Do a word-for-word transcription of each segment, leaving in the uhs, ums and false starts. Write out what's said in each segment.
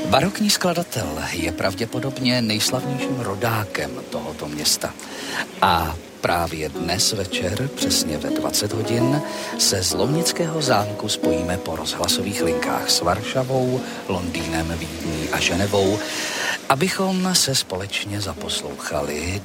Barokní skladatel je pravděpodobně nejslavnějším rodákem tohoto města. A právě dnes večer, přesně ve dvacet hodin, se z Lomnického zámku spojíme po rozhlasových linkách s Varšavou, Londýnem, Vídní a Ženevou, abychom se společně zaposlouchali.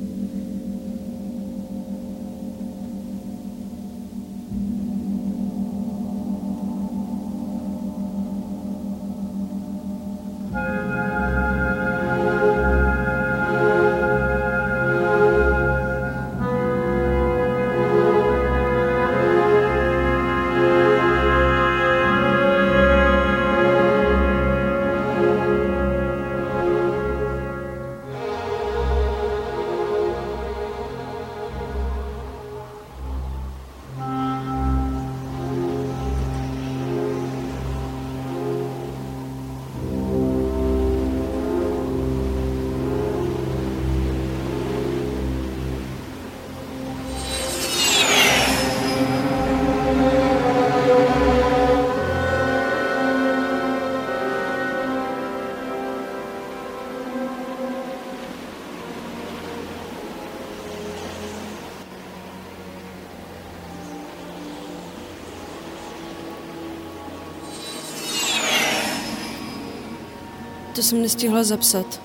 To jsem nestihla zapsat.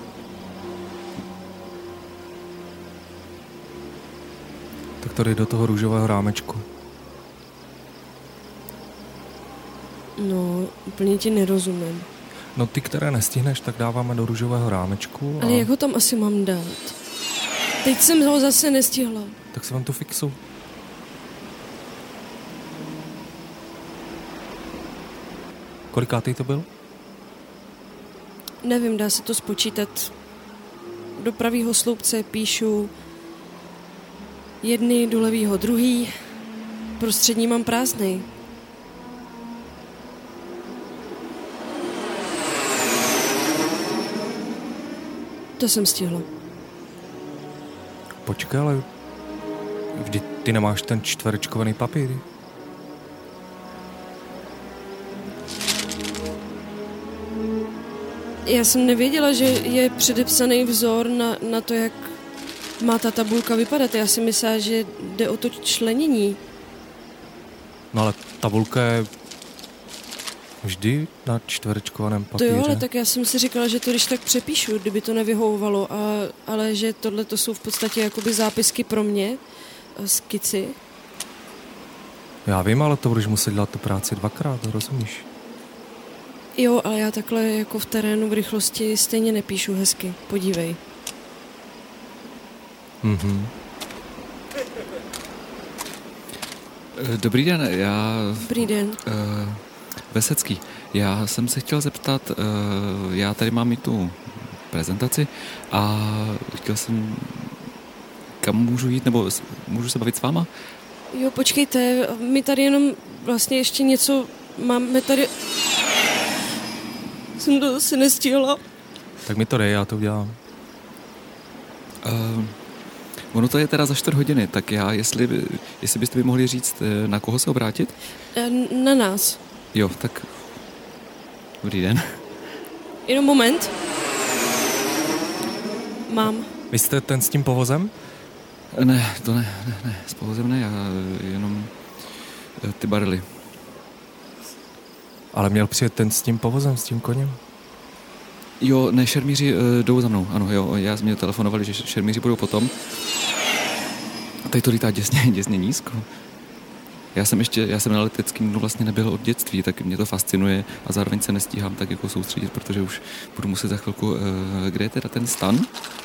Tak to dej do toho růžového rámečku. No, úplně ti nerozumím. No ty, které nestihneš, tak dáváme do růžového rámečku. A... Ale jak ho tam asi mám dát? Teď jsem ho zase nestihla. Tak si vám tu fixu. Kolikátý to byl? Nevím, dá se to spočítat. Do pravýho sloupce píšu jedny, do levýho druhý. Prostřední mám prázdnej. To jsem stihla. Počkej, ale vždyť ty nemáš ten čtverečkovaný papír. Já jsem nevěděla, že je předepsaný vzor na, na to, jak má ta tabulka vypadat. Já si myslela, že jde o to členění. No ale tabulka je vždy na čtverečkovaném papíře. To jo, ale tak já jsem si říkala, že to když tak přepíšu, kdyby to nevyhovovalo, a, ale že tohle to jsou v podstatě jakoby zápisky pro mě, skici. Já vím, ale to budeš muset dělat tu práci dvakrát, rozumíš? Jo, ale já takhle jako v terénu v rychlosti stejně nepíšu hezky. Podívej. Mhm. Dobrý den, já... Dobrý den. Uh, Vesecký. Já jsem se chtěl zeptat, uh, já tady mám i tu prezentaci a chtěl jsem, kam můžu jít, nebo můžu se bavit s váma? Jo, počkejte, my tady jenom vlastně ještě něco máme tady... Jsem to zase nestihla. Tak mi to dej, já to udělám. Uh, ono to je teda za čtvrt hodiny, tak já, jestli, jestli byste mi mohli říct, na koho se obrátit? Na nás. Jo, tak dobrý den. Jenom moment. Mám. Vy jste ten s tím povozem? Ne, to ne, ne, ne, s povozem ne, já jenom ty barely. Ale měl přijet ten s tím povozem, s tím koněm? Jo, ne, šermíři uh, jdou za mnou, ano, jo, já jsme mě telefonovali, že šermíři budou potom. A tady to lítá děsně, děsně nízko. Já jsem ještě, já jsem na leteckým dnu vlastně nebyl od dětství, tak mě to fascinuje a zároveň se nestíhám tak jako soustředit, protože už budu muset za chvilku, uh, kde je teda ten stan?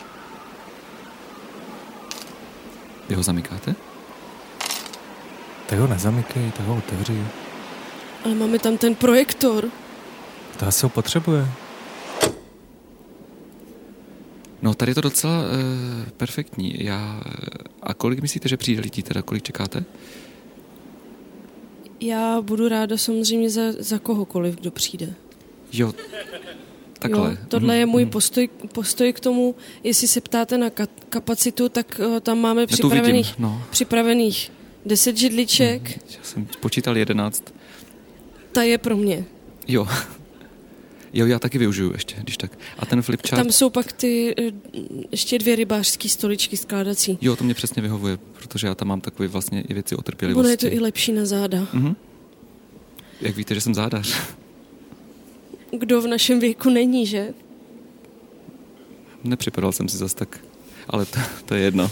Vy ho zamykáte? Tak ho nezamykej, tak ho otevři. Ale máme tam ten projektor. To asi ho potřebuje. No, tady je to docela uh, perfektní. Já... A kolik myslíte, že přijde lidí teda? Kolik čekáte? Já budu ráda samozřejmě za, za kohokoliv, kdo přijde. Jo, takhle. Jo, tohle mm, je můj mm. postoj, postoj k tomu. Jestli se ptáte na ka- kapacitu, tak uh, tam máme připravených, vidím, no. připravených deset židliček. Mm, já jsem počítal jedenáct. Ta je pro mě. Jo. Jo, já taky využiju ještě, když tak. A ten flipchart... Tam jsou pak ty eh, ještě dvě rybářské stoličky skládací. Jo, to mě přesně vyhovuje, protože já tam mám takové vlastně i věci o trpělivosti. Ono je to i lepší na záda. Mhm. Jak víte, že jsem zádař? Kdo v našem věku není, že? Nepřipadal jsem si zas tak, ale to, to je jedno.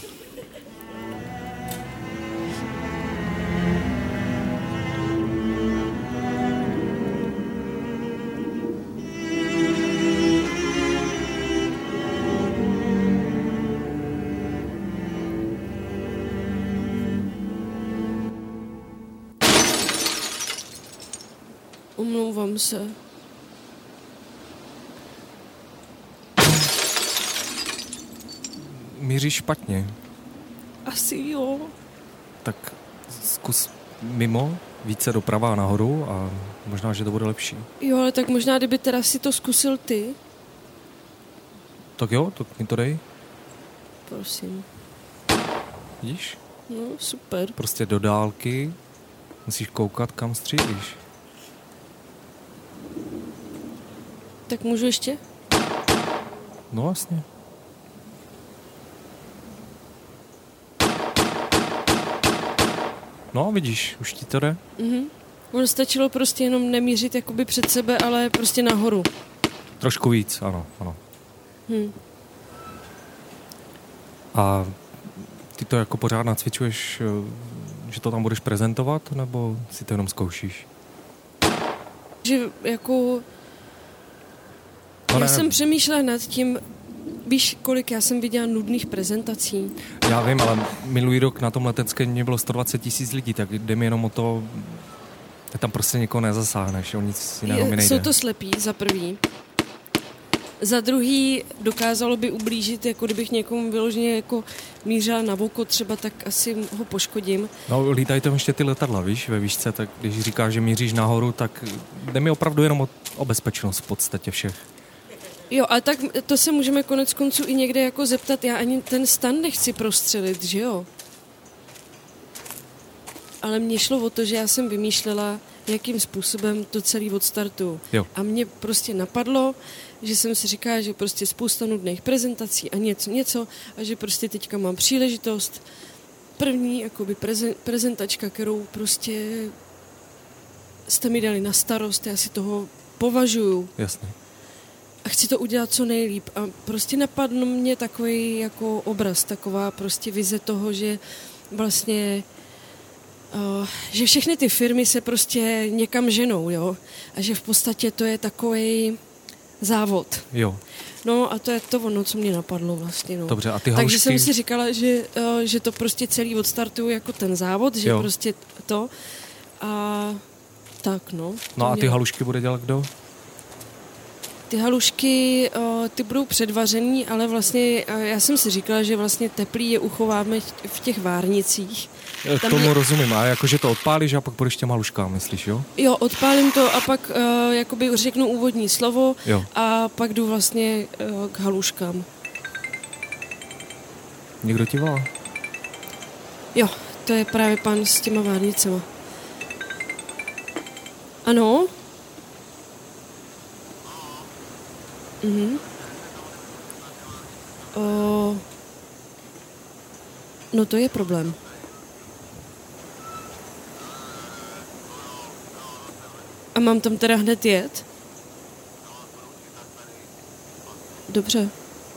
Omlouvám se. Míříš špatně. Asi jo. Tak zkus mimo, více doprava a nahoru a možná, že to bude lepší. Jo, ale tak možná, kdyby teda si to zkusil ty. Tak jo, tak mi to dej. Prosím. Vidíš? No, super. Prostě do dálky musíš koukat, kam střílíš. Tak můžu ještě? No vlastně. No, vidíš, už ti to jde. Mhm. Ono stačilo prostě jenom nemířit jakoby před sebe, ale prostě nahoru. Trošku víc, ano, ano. Hm. A ty to jako pořád nacvičuješ, že to tam budeš prezentovat, nebo si to jenom zkoušíš? Že jako... No já ne. jsem přemýšlela nad tím, víš, kolik já jsem viděla nudných prezentací. Já vím, ale minulý rok na tom leteckém dně bylo sto dvacet tisíc lidí, tak jde mi jenom o to, že tam prostě někoho nezasáhneš, o nic jiného mi nejde. Jsou to slepí, za prvý. Za druhý dokázalo by ublížit, jako kdybych někomu vyloženě jako mířila na oko třeba, tak asi ho poškodím. No, lítají tam ještě ty letadla, víš, ve výšce, tak když říkáš, že míříš nahoru, tak jde mi opravdu jenom o, o bezpečnost v podstatě všech. Jo, ale tak to se můžeme konec konců i někde jako zeptat. Já ani ten stan nechci prostřelit, že jo? Ale mně šlo o to, že já jsem vymýšlela, jakým způsobem to celý odstartuju. Jo. A mě prostě napadlo, že jsem si říkala, že prostě spousta nudných prezentací a něco, něco a že prostě teďka mám příležitost. První jakoby prezen, prezentačka, kterou prostě jste mi dali na starost, já si toho považuju. Jasně. A chci to udělat co nejlíp. A prostě napadl mě takový jako obraz, taková prostě vize toho, že vlastně uh, že všechny ty firmy se prostě někam ženou, jo? A že v podstatě to je takový závod. Jo. No a to je to ono, co mě napadlo vlastně, no. Dobře, a ty halušky... Takže jsem si říkala, že, uh, že to prostě celý odstartuju jako ten závod, že jo. prostě to a tak, no. No a ty mě... halušky bude dělat kdo? Ty halušky, o, ty budou předvařený, ale vlastně já jsem si říkala, že vlastně teplý je uchováme v těch várnicích. K Tam tomu je... rozumím, a jakože to odpálíš a pak budeš těm haluškám, myslíš, jo? Jo, odpálím to a pak uh, jakoby řeknu úvodní slovo jo. a pak jdu vlastně uh, k haluškám. Někdo ti volá? Jo, to je právě pan s těma várnicema. Ano? Mhm. O... No to je problém. A mám tam teda hned jet? Dobře.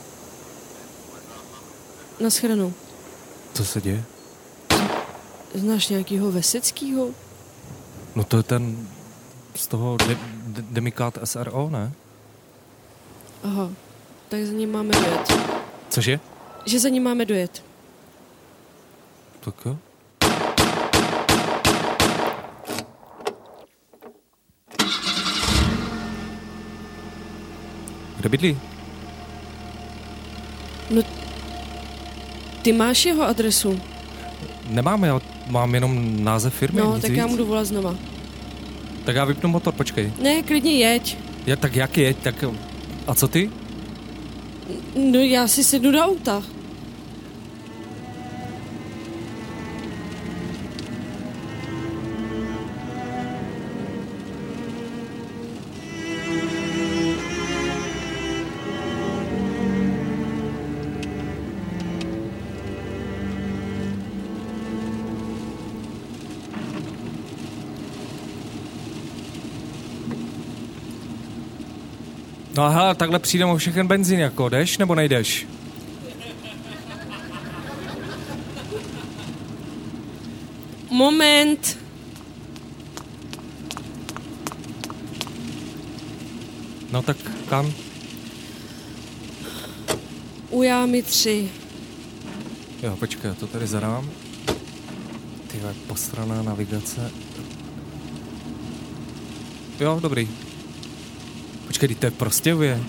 Naschledanou. Co se děje? Znáš nějakýho Veseckýho? No to je ten z toho de- de- Demikát S R O, ne? Aha, tak za ním máme dojet. Cože? Že za ním máme dojet. Tak jo. Kde bydlí? No, ty máš jeho adresu? Nemám, já mám jenom název firmy. No, nic tak víc. já mu jdu volat znova. Tak já vypnu motor, počkej. Ne, klidně jeď. Já, tak jak jeď, tak... A co ty? No, já si sednu do auta. No aha, takhle přijdeme o všechen benzín, jako jdeš nebo nejdeš? Moment. No tak kam? U jámy tři. Jo, počkej, já to tady zadám. Tyhle, posraná navigace. Jo, dobrý. Počkej, to je Prostějově.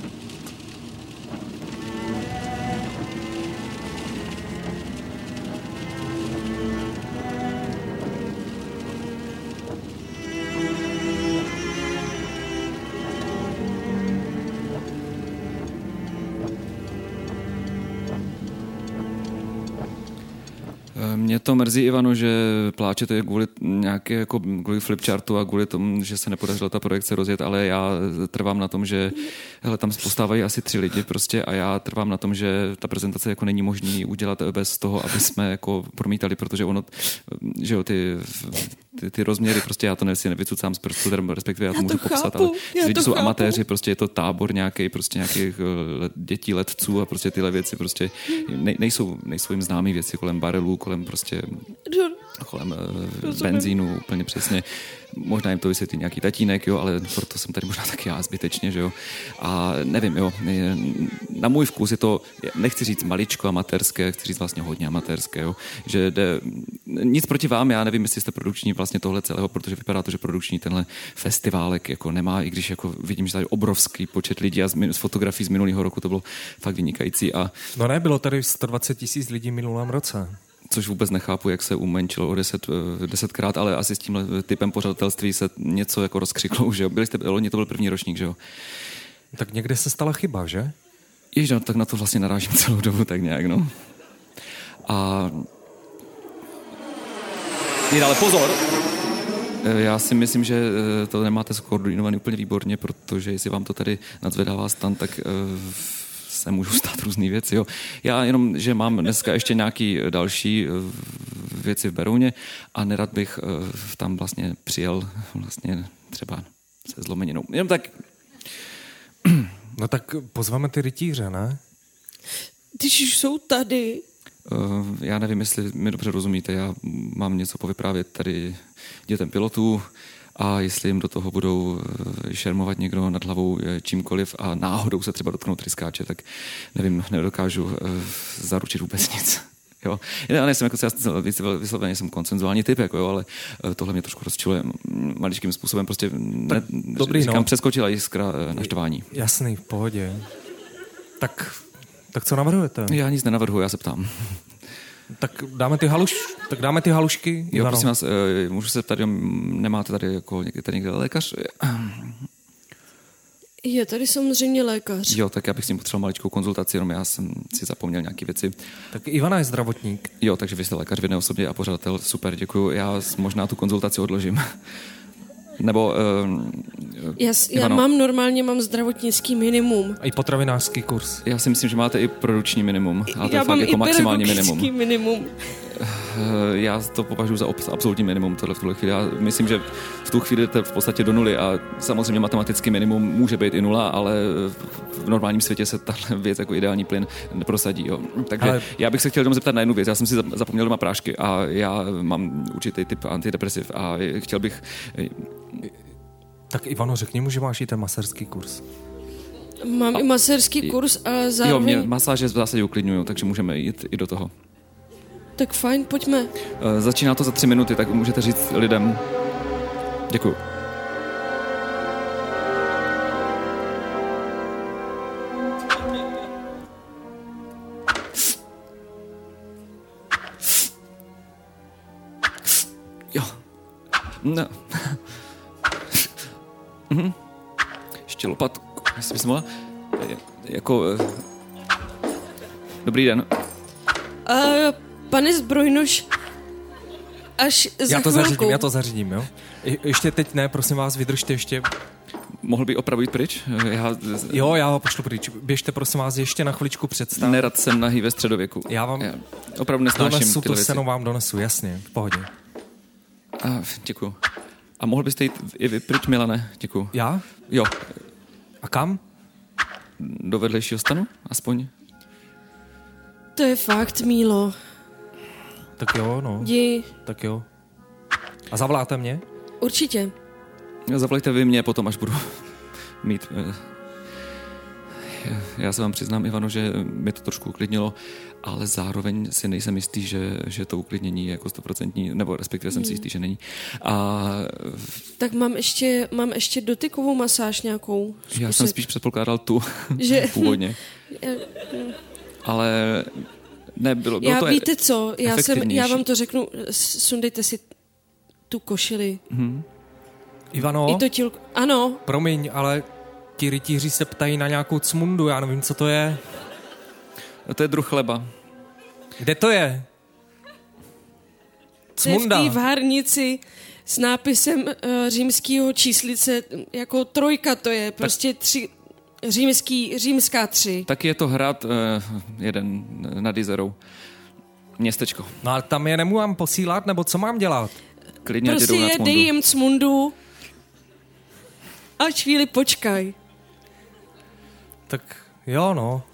Mě to mrzí, Ivano, že pláčete kvůli nějaké jako kvůli flipchartu a kvůli tomu, že se nepodařilo ta projekce rozjet, ale já trvám na tom, že hele, tam postávají asi tři lidi prostě a já trvám na tom, že ta prezentace jako není možný udělat bez toho, aby jsme jako promítali, protože ono, že jo, ty, ty, ty rozměry, prostě já to nevím, nevycucám z prstu, respektive já to já můžu to popsat, ale ty lidi jsou chápu. Amatéři, prostě je to tábor nějaký, prostě nějakých dětí, letců a prostě tyhle věci prostě ne, nejsou, nejsou jim známý věci kolem barelů, kolem prostě kolem uh, benzínu úplně přesně. Možná jim to vysvětlí nějaký tatínek, jo, ale proto jsem tady možná taky já zbytečně, že jo. A nevím, jo, na můj vkus je to, nechci říct maličko amatérské, chci říct vlastně hodně amatérské, jo, že jde, nic proti vám, já nevím, jestli jste produkční vlastně tohle celého, protože vypadá to, že produkční tenhle festiválek jako nemá, i když jako vidím, že tady obrovský počet lidí a z, z fotografií z minulého roku to bylo fakt vynikající. A no ne, bylo tady sto dvacet tisíc lidí v minulém roce. Což vůbec nechápu, jak se umenšilo o deset, desetkrát, ale asi s tímhle typem pořadatelství se něco jako rozkřiklo, že jo. Byli jste, loni to byl první ročník, že jo. Tak někde se stala chyba, že? Ježiš, no, tak na to vlastně narážím celou dobu, tak nějak, no. A... Ale pozor! Já si myslím, že to nemáte skoordinovaný úplně výborně, protože jestli vám to tady nadzvedává stan, tak... se můžou stát různý věci. Jo. Já jenom, že mám dneska ještě nějaký další věci v Berouně a nerad bych tam vlastně přijel vlastně třeba se zlomeninou. Jenom tak... No tak pozveme ty rytíře, ne? Když už jsou tady... Já nevím, jestli mi dobře rozumíte, já mám něco povyprávět tady dětem pilotů, a jestli jim do toho budou šermovat někdo nad hlavou čímkoliv a náhodou se třeba dotknout tryskáče, tak nevím, nedokážu uh, zaručit vůbec nic. Jo. Já nejsem jako vysloveně jsem konsenzuální typ, jako jo, ale tohle mě trošku rozčiluje maličkým způsobem, prostě ne, dobrý, říkám, no. Přeskočila jiskra naštvání. Jasný, v pohodě. Tak, tak co navrhujete? Já nic nenavrhuji, já se ptám. Tak dáme ty haluš, tak dáme ty halušky. Jo, Ivano. Prosím vás, můžu se tady, nemáte tady jako tady někde lékař? Je tady samozřejmě lékař. Jo, tak já bych s ním potřeboval maličkou konzultaci, jenom já jsem si zapomněl nějaké věci. Tak Ivana je zdravotník. Jo, takže vy jste lékař v jedné osobě a pořadatel, super, děkuju. Já možná tu konzultaci odložím. Nebo... Uh, já, já mám normálně, mám zdravotnický minimum. A i potravinářský kurz. Já si myslím, že máte i produkční minimum. Ale to je fakt jako maximální minimum. minimum. Já to považuji za absolutní minimum tohle v tuhle chvíli. Já myslím, že v tu chvíli jdete v podstatě do nuly a samozřejmě matematický minimum může být i nula, ale v normálním světě se tahle věc jako ideální plyn neprosadí. Jo. Takže ale... já bych se chtěl jenom zeptat na jednu věc. Já jsem si zapomněl doma prášky a já mám určitý typ antidepresiv a chtěl bych... Tak Ivano, řekni mu, že máš i ten masérský kurz. Mám a... i masérský kurz, ale zároveň... Jo, mě masáže v zásadě uklidňují, takže můžeme jít i do toho. Tak fajn, pojďme. Začíná to za tři minuty, tak můžete říct lidem. Děkuju. Jo. No. Mhm. Ještě lopatku, jestli bys mohla. Jako... Dobrý den. Uh, pane Zbrojnoš, až za Já to chvilku. zařídím, já to zařídím, jo? Je, ještě teď ne, prosím vás, vydržte ještě. Mohl by opravdu jít pryč? Já... Jo, já ho pošlu pryč. Běžte, prosím vás, ještě na chviličku představ. Nerad jsem nahý ve středověku. Já vám... Já opravdu nesnáším donesu tyhle tu věci. scénu, vám donesu, jasně, v pohodě. A, děkuju. A mohl byste jít i vy pryč, Milane? Děkuju. Já? Jo. A kam? do vedlejšího stanu? Aspoň? To je fakt, Mílo. Tak jo, no. Jdi. Tak jo. A zavoláte mě? Určitě. Zavolejte vy mě potom, až budu mít... Já se vám přiznám, Ivano, že mě to trošku uklidnilo, ale zároveň si nejsem jistý, že, že to uklidnění je jako stoprocentní, nebo respektive jsem si jistý, že není. A... Tak mám ještě, mám ještě dotykovou masáž nějakou. Zkusit. Já jsem spíš předpokládal tu že... původně. Ale ne, bylo, bylo já to víte co, já, jsem, já vám to řeknu, sundejte si tu košili. Hmm. Ivano, I to tílko, ano. Promiň, ale ti rytíři se ptají na nějakou cmundu, já nevím, co to je. To je druh chleba. Kde to je? Cmunda. To je v té varnici s nápisem uh, římského číslice, jako trojka to je, prostě tři, římský, římská tři. Taky je to hrad uh, jeden nad Jizerou. Městečko. No ale tam je nemůžu posílat, nebo co mám dělat? Klidně prostě je, dej jim cmundu a chvíli počkaj. Tak jo, no.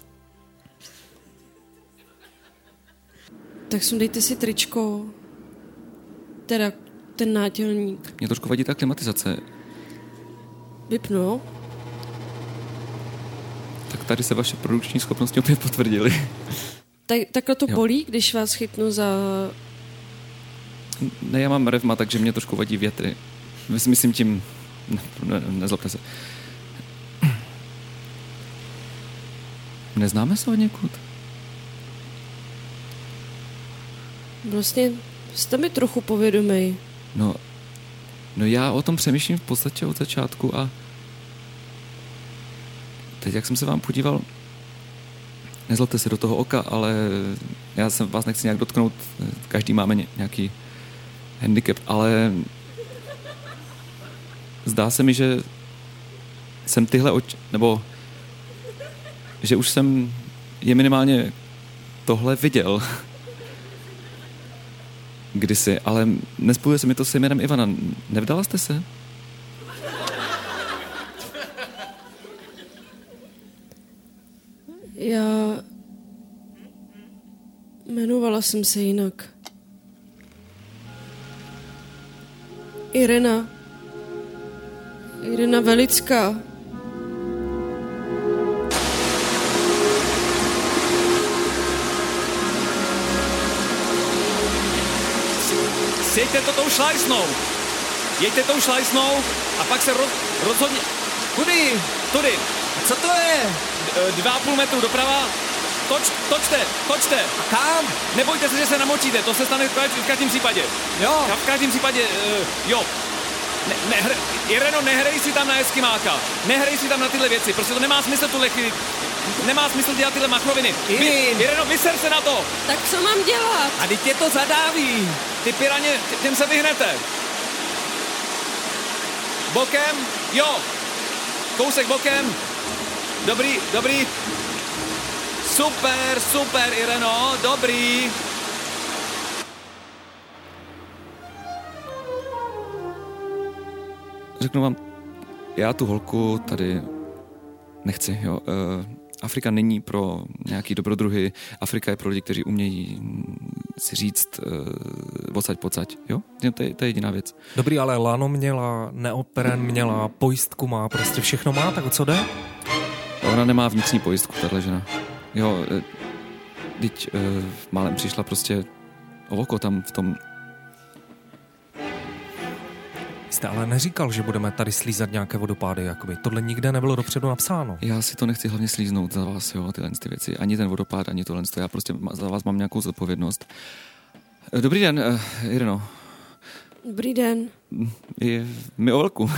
Tak sundejte si tričko. Teda ten nátělník. Mě trošku vadí ta klimatizace. Vypnu. Tak tady se vaše produkční schopnosti opět potvrdily. Tak, takhle to jo. bolí, když vás chytnu za... Ne, já mám revma, takže mě trošku vadí větry. Myslím tím... Ne, ne, nezlobte se. Neznáme se od někud? Vlastně jste mi trochu povědomej. No, no já o tom přemýšlím v podstatě od začátku a teď, jak jsem se vám podíval, nezlobte se do toho oka, ale já se vás nechci nějak dotknout, každý máme nějaký handicap, ale zdá se mi, že jsem tyhle oči, nebo že už jsem je minimálně tohle viděl kdysi, ale nespojuje se mi to s jménem Ivana. Nevdala jste se? Já... Jmenovala jsem se jinak. Irena. Irena Velická. Jeďte to tou šlajsnou. Jeďte tou šlajsnou a pak se roz, rozhodně... Kudy? Tudy. Co to je? D- dva a půl metru doprava. Toč, točte, točte. A kam? Nebojte se, že se namočíte, to se stane v každém případě. Jo. V každém případě, uh, jo. Ne, nehr, Ireno, nehrej si tam na eskimáka. Nehrej si tam na tyhle věci, prostě to nemá smysl tuhle chvíli. Nemá smysl dělat tyhle machroviny. Vy, Ireno, vyser se na to. Tak co mám dělat? A teď tě to zadáví. Ty piraně, těm se vyhnete. Bokem, jo. Kousek bokem. Dobrý, dobrý. Super, super, Ireno, dobrý. Řeknu vám, já tu holku tady nechci, jo. Uh, Afrika není pro nějaký dobrodruhy, Afrika je pro lidi, kteří umějí si říct uh, odsaď pocať, jo? To je, to je jediná věc. Dobrý, ale lano měla, neoperen měla, pojistku má, prostě všechno má, tak o co jde? Ona nemá vnitřní pojistku, tahle žena. Jo, teď uh, málem přišla prostě o oko tam v tom. Jste ale neříkal, že budeme tady slízat nějaké vodopády, jakoby. Tohle nikde nebylo dopředu napsáno. Já si to nechci hlavně slíznout za vás, jo, tyhle ty věci. Ani ten vodopád, ani tohle. Já prostě za vás mám nějakou zodpovědnost. Dobrý den, uh, Ireno. Dobrý den. Je mi o velku.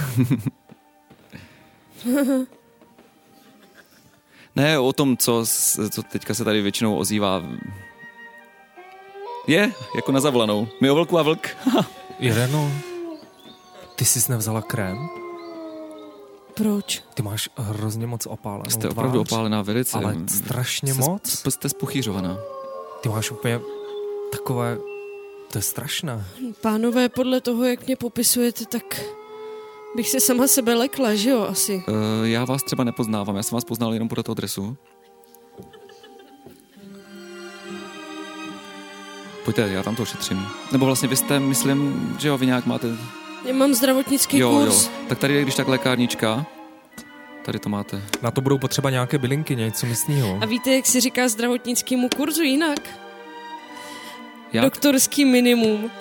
Ne, o tom, co, co teďka se tady většinou ozývá. Je, jako na zavolanou. Mi o velku a vlk. Ireno, ty jsi nevzala krém? Proč? Ty máš hrozně moc opálenou Jste opravdu tvář, opálená velice. ale strašně jste, moc. Jste spuchýřovaná. Ty máš úplně takové... To je strašné. Pánové, podle toho, jak mě popisujete, tak Bych se sama sebe lekla, že jo, asi. Uh, já vás třeba nepoznávám, já jsem vás poznal jenom podle toho dresu. Pojďte, já tam to ošetřím. Nebo vlastně vy jste, myslím, že jo, vy nějak máte... Já mám zdravotnický jo, kurz. Jo, tak tady je, když tak lékárnička. Tady to máte. Na to budou potřeba nějaké bylinky, něco místního. A víte, jak se říká zdravotnickému kurzu jinak? Jak? Doktorský minimum.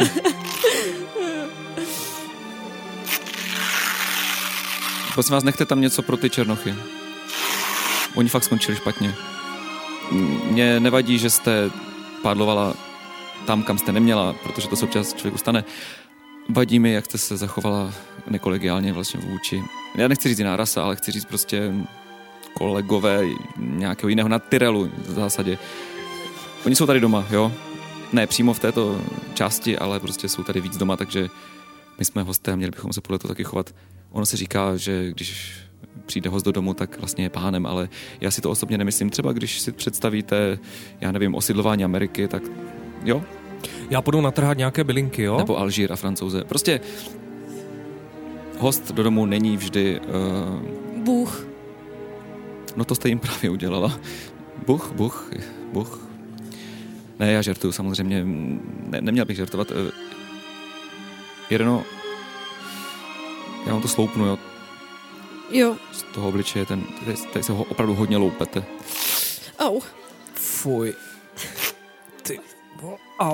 Prosím vás, nechte tam něco pro ty černochy. Oni fakt skončili špatně. Mně nevadí, že jste pádlovala tam, kam jste neměla, protože to se občas člověku stane. Vadí mi, jak jste se zachovala nekolegiálně vlastně vůči. Já nechci říct jiná rasa, ale chci říct prostě kolegové nějakého jiného na Tyrelu v zásadě. Oni jsou tady doma, jo? Ne přímo v této části, ale prostě jsou tady víc doma, takže my jsme hosté a měli bychom se podle toho taky chovat. Ono se říká, že když přijde host do domu, tak vlastně je pánem, ale já si to osobně nemyslím. Třeba když si představíte, já nevím, osidlování Ameriky, tak jo? Já půjdu natrhat nějaké bylinky, jo? Nebo Alžír a Francouze. Prostě host do domu není vždy... Uh... Bůh. No to jste jim právě udělala. Bůh, Bůh, Bůh. Ne, já žertuju samozřejmě. Ne, neměl bych žertovat. Jireno, já vám to sloupnu, jo? Jo. Z toho obličeje, ten, tady, tady se ho opravdu hodně loupete. Au. Fuj. Ty, au.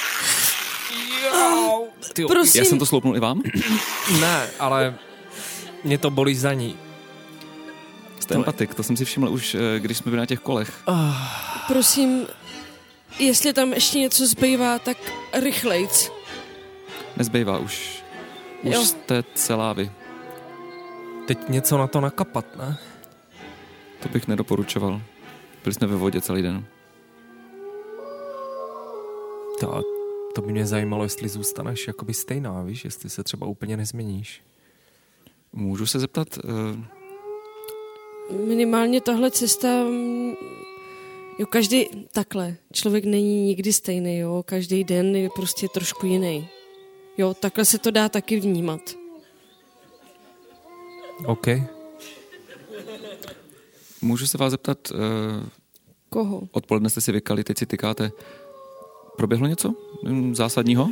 Jau. Ty, Prosím. Já jsem to sloupnul i vám? Ne, ale mě to bolí za ní. Jste empatik, to jsem si všiml už, když jsme byli na těch kolech. Prosím, jestli tam ještě něco zbývá, tak rychlejc. Nezbývá už. Už Jo. jste celá vy. Teď něco na to nakapat, ne? To bych nedoporučoval. Byli jsme ve vodě celý den. To, to by mě zajímalo, jestli zůstaneš jakoby stejná, víš? Jestli se třeba úplně nezměníš. Můžu se zeptat... Uh... Minimálně tahle cesta... mm, Jo, každý... Takhle. Člověk není nikdy stejný, jo. Každý den je prostě trošku jiný. Jo, takhle se to dá taky vnímat. OK. Můžu se vás zeptat... Uh... Koho? Odpoledne jste si vykali, teď si tykáte. Proběhlo něco mm, zásadního?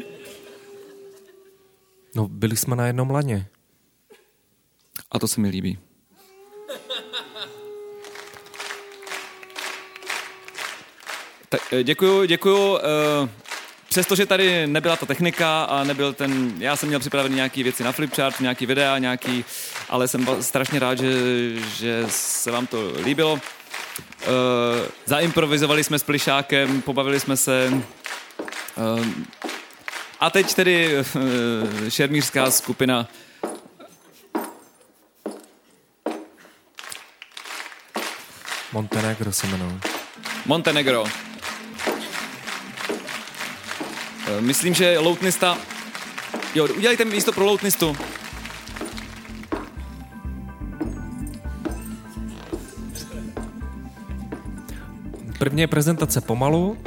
No, byli jsme na jednom laně. A to se mi líbí. Tak, děkuju, děkuju. Přestože tady nebyla ta technika a nebyl ten... Já jsem měl připravený nějaký věci na flipchart, nějaký videa, nějaký... Ale jsem strašně rád, že, že se vám to líbilo. Uh, zaimprovizovali jsme s Plišákem, pobavili jsme se. Uh, a teď tedy uh, šermířská skupina. Montenegro se jmenou. Montenegro. Uh, myslím, že loutnista... Jo, udělejte místo pro loutnistu. První je prezentace pomalu.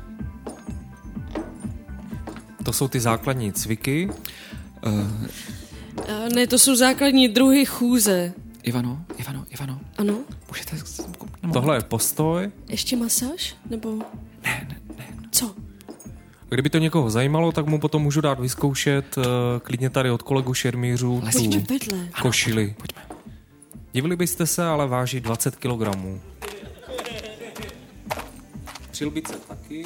To jsou ty základní cviky. Uh, A ne, to jsou základní druhy chůze. Ivano, Ivano, Ivano. Ano? Můžete... Tohle je postoj. Ještě masáž? Nebo... Ne, ne, ne. Co? Kdyby to někoho zajímalo, tak mu potom můžu dát vyzkoušet uh, klidně tady od kolegu šermířů Pojďme tu vedle. košili. Pojďme. Divili byste se, ale váží dvacet kilogramů. Přilbice taky.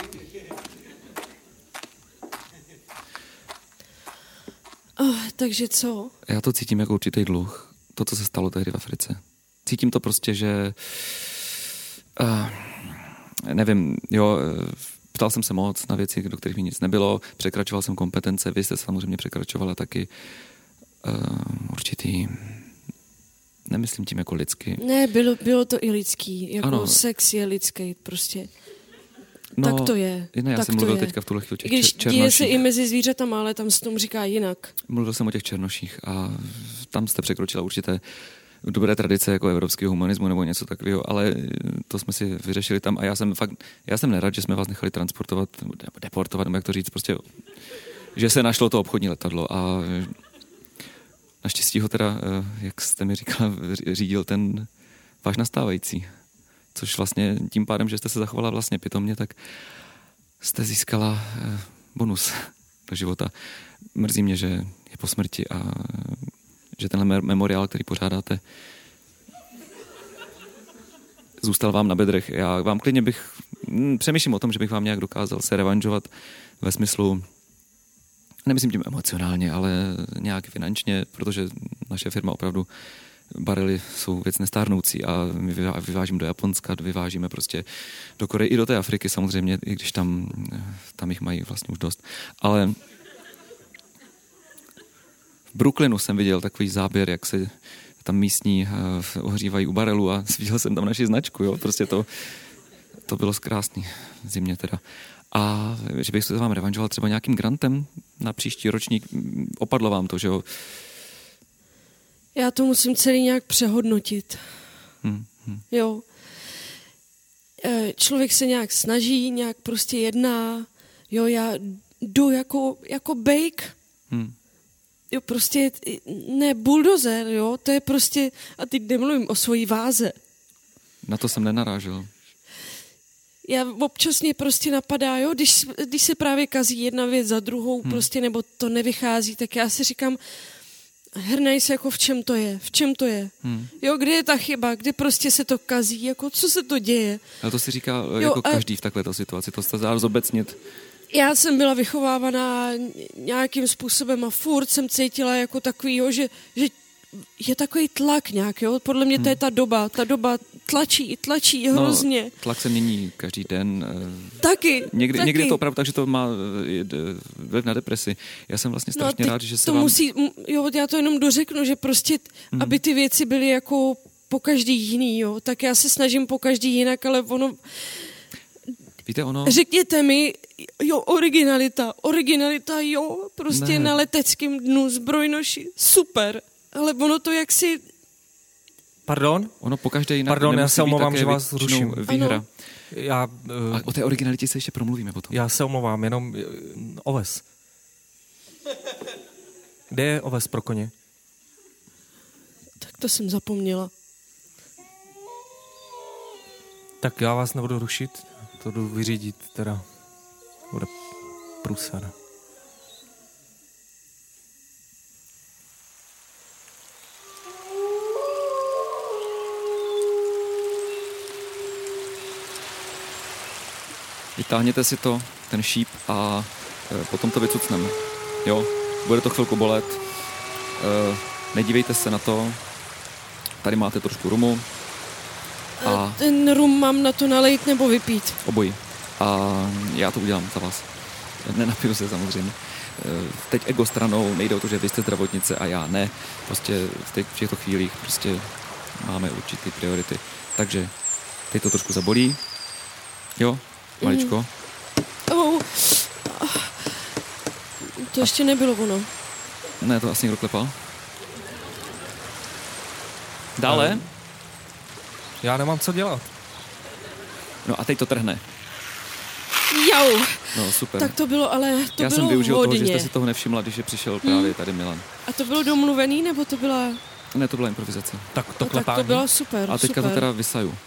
Oh, takže co? Já to cítím jako určitý dluh. To, co se stalo tehdy v Africe. Cítím to prostě, že... Uh, nevím, jo... Ptal jsem se moc na věci, do kterých mi nic nebylo. Překračoval jsem kompetence. Vy jste samozřejmě překračovala taky uh, určitý... Nemyslím tím jako lidsky. Ne, bylo, bylo to i lidský. Jako Ano. sex je lidský prostě. No, Tak to je. Ne, já tak jsem to mluvil je. teďka v tuhle chvíli o těch I když čer- děje se černoších. i mezi zvířatama, ale tam se tomu říká jinak. Mluvil jsem o těch černoších a tam jste překročila určité dobré tradice jako evropského humanismu nebo něco takového, ale to jsme si vyřešili tam a já jsem fakt, já jsem nerad, že jsme vás nechali transportovat, nebo deportovat, nebo jak to říct, prostě, že se našlo to obchodní letadlo a Naštěstí ho teda, jak jste mi říkala, řídil ten váš nastávající. Což vlastně tím pádem, že jste se zachovala vlastně pitomně, tak jste získala bonus do života. Mrzí mě, že je po smrti a že tenhle memoriál, který pořádáte, zůstal vám na bedrech. Já vám klidně bych, přemýšlím o tom, že bych vám nějak dokázal se revanžovat ve smyslu, nemyslím tím emocionálně, ale nějak finančně, protože naše firma opravdu, barely jsou věc nestárnoucí a my vyvážíme do Japonska, vyvážíme prostě do Koreje i do té Afriky samozřejmě, i když tam, tam jich mají vlastně už dost. Ale v Brooklynu jsem viděl takový záběr, jak se tam místní uh, ohřívají u barelu a viděl jsem tam naši značku, jo, prostě to, to bylo krásný v zimě teda. A že bych se vám revanžoval třeba nějakým grantem na příští ročník, opadlo vám to, že jo? Já to musím celý nějak přehodnotit. Hmm, hmm. Jo. Člověk se nějak snaží, nějak prostě jedná. Jo, já jdu jako, jako bejk. Hmm. Jo, prostě ne buldozer, jo, to je prostě, a teď nemluvím o svojí váze. Na to jsem nenarážel. Já občas mě prostě napadá, jo, když, když se právě kazí jedna věc za druhou, hmm. prostě, nebo to nevychází, tak já si říkám, hrnej se jako v čem to je, v čem to je. Hmm. Jo, kde je ta chyba, kde prostě se to kazí, jako co se to děje. Ale to si říká jo, jako a... každý v takovéto situaci, to se dá zobecnit. Já jsem byla vychovávaná nějakým způsobem a furt jsem cítila jako takový, jo, že, že je takový tlak nějak, jo. Podle mě hmm. to je ta doba, ta doba tlačí, tlačí hrozně. No, tlak se mění každý den. Taky, někdy, taky. Někdy je to opravdu tak, že to má vliv na depresi. Já jsem vlastně strašně no, rád, že se to vám... musí, jo, já to jenom dořeknu, že prostě, hmm. aby ty věci byly jako po každý jiný, jo. Tak já se snažím po každý jinak, ale ono... Víte, ono... Řekněte mi, jo, originalita, originalita, jo, prostě ne. Na leteckém dnu zbrojnoši, super, ale ono to jaksi... Pardon? Ono po každé jinak Pardon, já se omlouvám, že vás ruším. ruším. Výhra. Ano. Já, uh, A o té originalitě se ještě promluvíme potom. Já se omlouvám, jenom uh, oves. Kde je oves pro koně? Tak to jsem zapomněla. Tak já vás nebudu rušit, to jdu vyřídit, teda bude průser. Vytáhněte si to, ten šíp a e, potom to vycucneme. Jo, bude to chvilku bolet. E, nedívejte se na to. Tady máte trošku rumu. A ten rum mám na to nalejt nebo vypít? Obojí. A já to udělám za vás. Nenapiju se samozřejmě. E, teď ego stranou, nejde o to, že vy jste zdravotnice a já ne. Prostě v, těch, v těchto chvílích prostě máme určitý priority. Takže teď to trošku zabolí. Jo? Maličko. Mm. Oh. To ještě nebylo ono. Ne, to asi někdo klepal. Dále? Um, já nemám co dělat. No a teď to trhne. Jau. No super. Tak to bylo, ale to já bylo jsem využil hodně. toho, že jste si toho nevšimla, když je přišel právě hmm. tady Milan. A to bylo domluvený, nebo to byla... Ne, to byla improvizace. Tak to no, klepání. Tak to bylo super, A teďka super. to teda vysaju.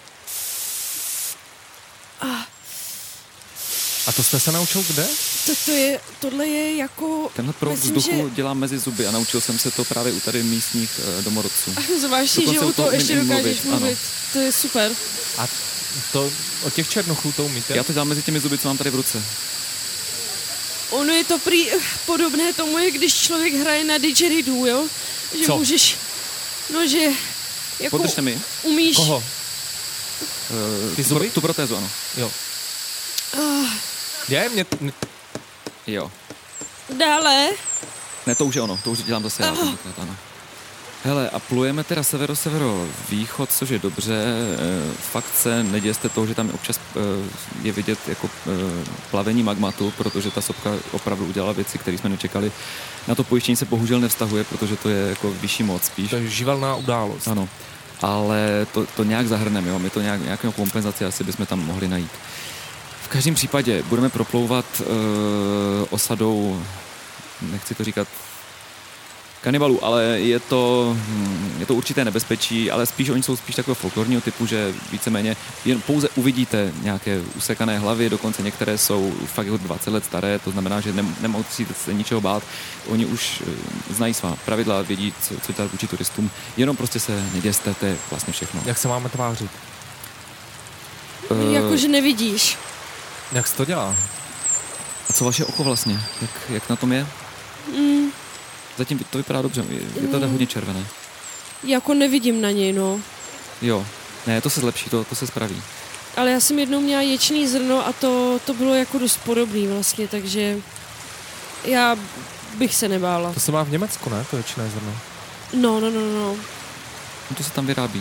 Ah. A to jste se naučil kde? Tak to je, tohle je jako... Tenhle proud vzduchu že... dělám mezi zuby a naučil jsem se to právě u tady místních uh, domorodců. Zvláštní, že u toho ještě dokážeš mluvit. Ano. To je super. A to od těch černochů to umíte? Já to dělám mezi těmi zuby, co mám tady v ruce. Ono je to prý podobné tomu, jak když člověk hraje na didgeridoo, jo? Že co? můžeš... No, že... Jako podržte mi. Umíš... Koho? Uh, Ty zuby? Tu, tu protézu, ano. Jo. Ah. Je, mě... mě... Jo. Dále? Ne, to už je ono, to už dělám zase já. Ah. Ano. Hele, a plujeme teda severo-severo-východ, což je dobře. E, fakt se nedějste toho, že tam občas e, je vidět jako e, plavení magmatu, protože ta sopka opravdu udělala věci, které jsme nečekali. Na to pojištění se bohužel nevztahuje, protože to je jako vyšší moc spíš. To je živelná událost. Ano, ale to, to nějak zahrneme, jo? My to nějak, nějakou kompenzaci asi bychom tam mohli najít. V každém případě budeme proplouvat e, osadou, nechci to říkat kanibalů, ale je to, je to určité nebezpečí, ale spíš oni jsou spíš takového folklorního typu, že víceméně jen pouze uvidíte nějaké usekané hlavy, dokonce některé jsou fakt jako dvacet let staré, to znamená, že nemusíte se ničeho bát. Oni už znají svá pravidla, vědí, co, co dělat vůči turistům, jenom prostě se neděste, to je vlastně všechno. Jak se máme tvářit? Uh, Jakože nevidíš. Jak se to dělá? A co vaše oko vlastně? Jak, jak na tom je? Mm, Zatím to vypadá dobře, je to mm. hodně červené. jako nevidím na něj, no. Jo, ne, to se zlepší, to, to se spraví. Ale já jsem jednou měla ječný zrno a to, to bylo jako dost podobný vlastně, takže já bych se nebála. To se má v Německu, ne? To ječné zrno. No, no, no, no. No to se tam vyrábí.